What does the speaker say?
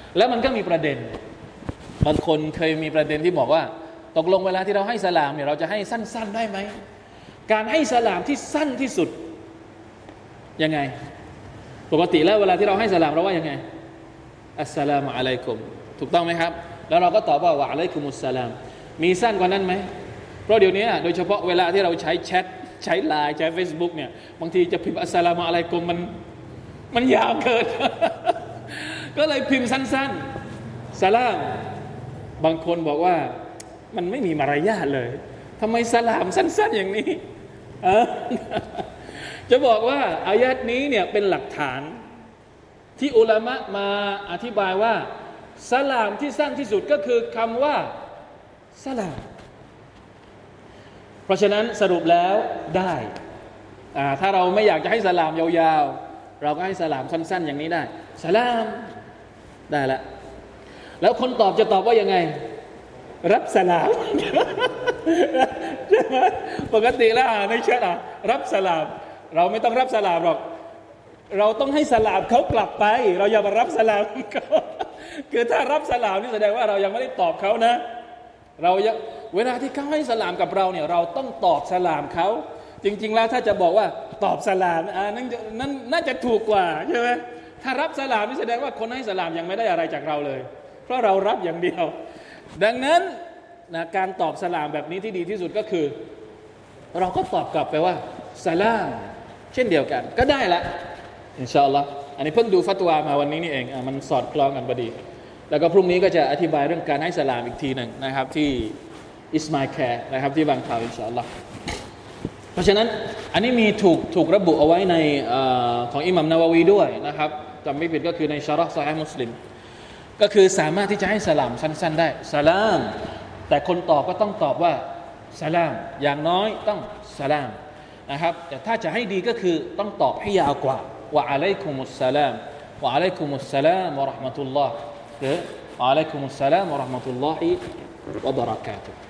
แล้วมันก็มีประเด็นบางคนเคยมีประเด็นที่บอกว่าตกลงเวลาที่เราให้สลามเนี่ยเราจะให้สั้นๆได้ไหมการให้สลามที่สั้นที่สุดยังไงปกติแล้วเวลาที่เราให้สลามเราว่ายังไงอัสสลามุอะลัยกุมถูกต้องไหมครับแล้วเราก็ตอบว่าวะอะลัยกุมุสสลามมีสั้นกว่านั้นไหมเพราะเดี๋ยวนี้โดยเฉพาะเวลาที่เราใช้แชทใช้ไลน์ใช้ Facebook เนี่ยบางทีจะพิมพ์อัสสลามุอะลัยกุมมันยาวเกิน ก็เลยพิมพ์สั้นๆสลามบางคนบอกว่ามันไม่มีมารยาทเลยทำไมสลามสั้นๆอย่างนี้จะบอกว่าอายะห์นี้เนี่ยเป็นหลักฐานที่อุลามะมาอธิบายว่าสลามที่สั้นที่สุดก็คือคำว่าสลามเพราะฉะนั้นสรุปแล้วได้ถ้าเราไม่อยากจะให้สลามยาวๆเราก็ให้สลามสั้นๆอย่างนี้ได้สลามได้ละแล้วคนตอบจะตอบว่ายังไงรับสลาม ปกติแล้วในแชทรับสลามเราไม่ต้องรับสลามหรอกเราต้องให้สลามเขากลับไปเราอย่ามารับสลามเขาคือถ้ารับสลามนี่แสดงว่าเรายังไม่ได้ตอบเขานะเราเวลาที่เขาให้สลามกับเราเนี่ยเราต้องตอบสลามเขาจริงๆแล้วถ้าจะบอกว่าตอบสลามนั่นน่าจะถูกกว่าใช่ไหมถ้ารับสลามนี่แสดงว่าคนให้สลามยังไม่ได้อะไรจากเราเลยเพราะเรารับอย่างเดียวดังนั้นการตอบสลามแบบนี้ที่ดีที่สุดก็คือเราก็ตอบกลับไปว่าสลามเช่นเดียวกันก็ได้ละอินชาอัลลอฮ์อันนี้เพิ่งดูฟัตวามาวันนี้นี่เองมันสอดคล้องกันพอดีแล้วก็พรุ่งนี้ก็จะอธิบายเรื่องการให้สลามอีกทีหนึ่งนะครับที่อิสมาอิลแคร์นะครับที่บางข่าวอินชาอัลลอฮ์เพราะฉะนั้นอันนี้มีถูกระบุเอาไว้ในของอิหม่ามนาวะวีด้วยนะครับจำไม่ผิดก็คือในชะเราะห์ซอฮีฮ์มุสลิมก็คือสามารถที่จะให้สลามสั้นๆได้สลามแต่คนตอบก็ต้องตอบว่าสลามอย่างน้อยต้องสลามนะครับแต่ถ้าจะให้ดีก็คือต้องตอบให้ยาวกว่าวะอะลัยกุมุสสลามวะอะลัยกุมุสสลามวะเราะห์มะตุลลอฮ์หรือวะอะลัยกุมุสสลามวะเราะห์มะตุลลอฮิวะบะเราะกาตุฮ์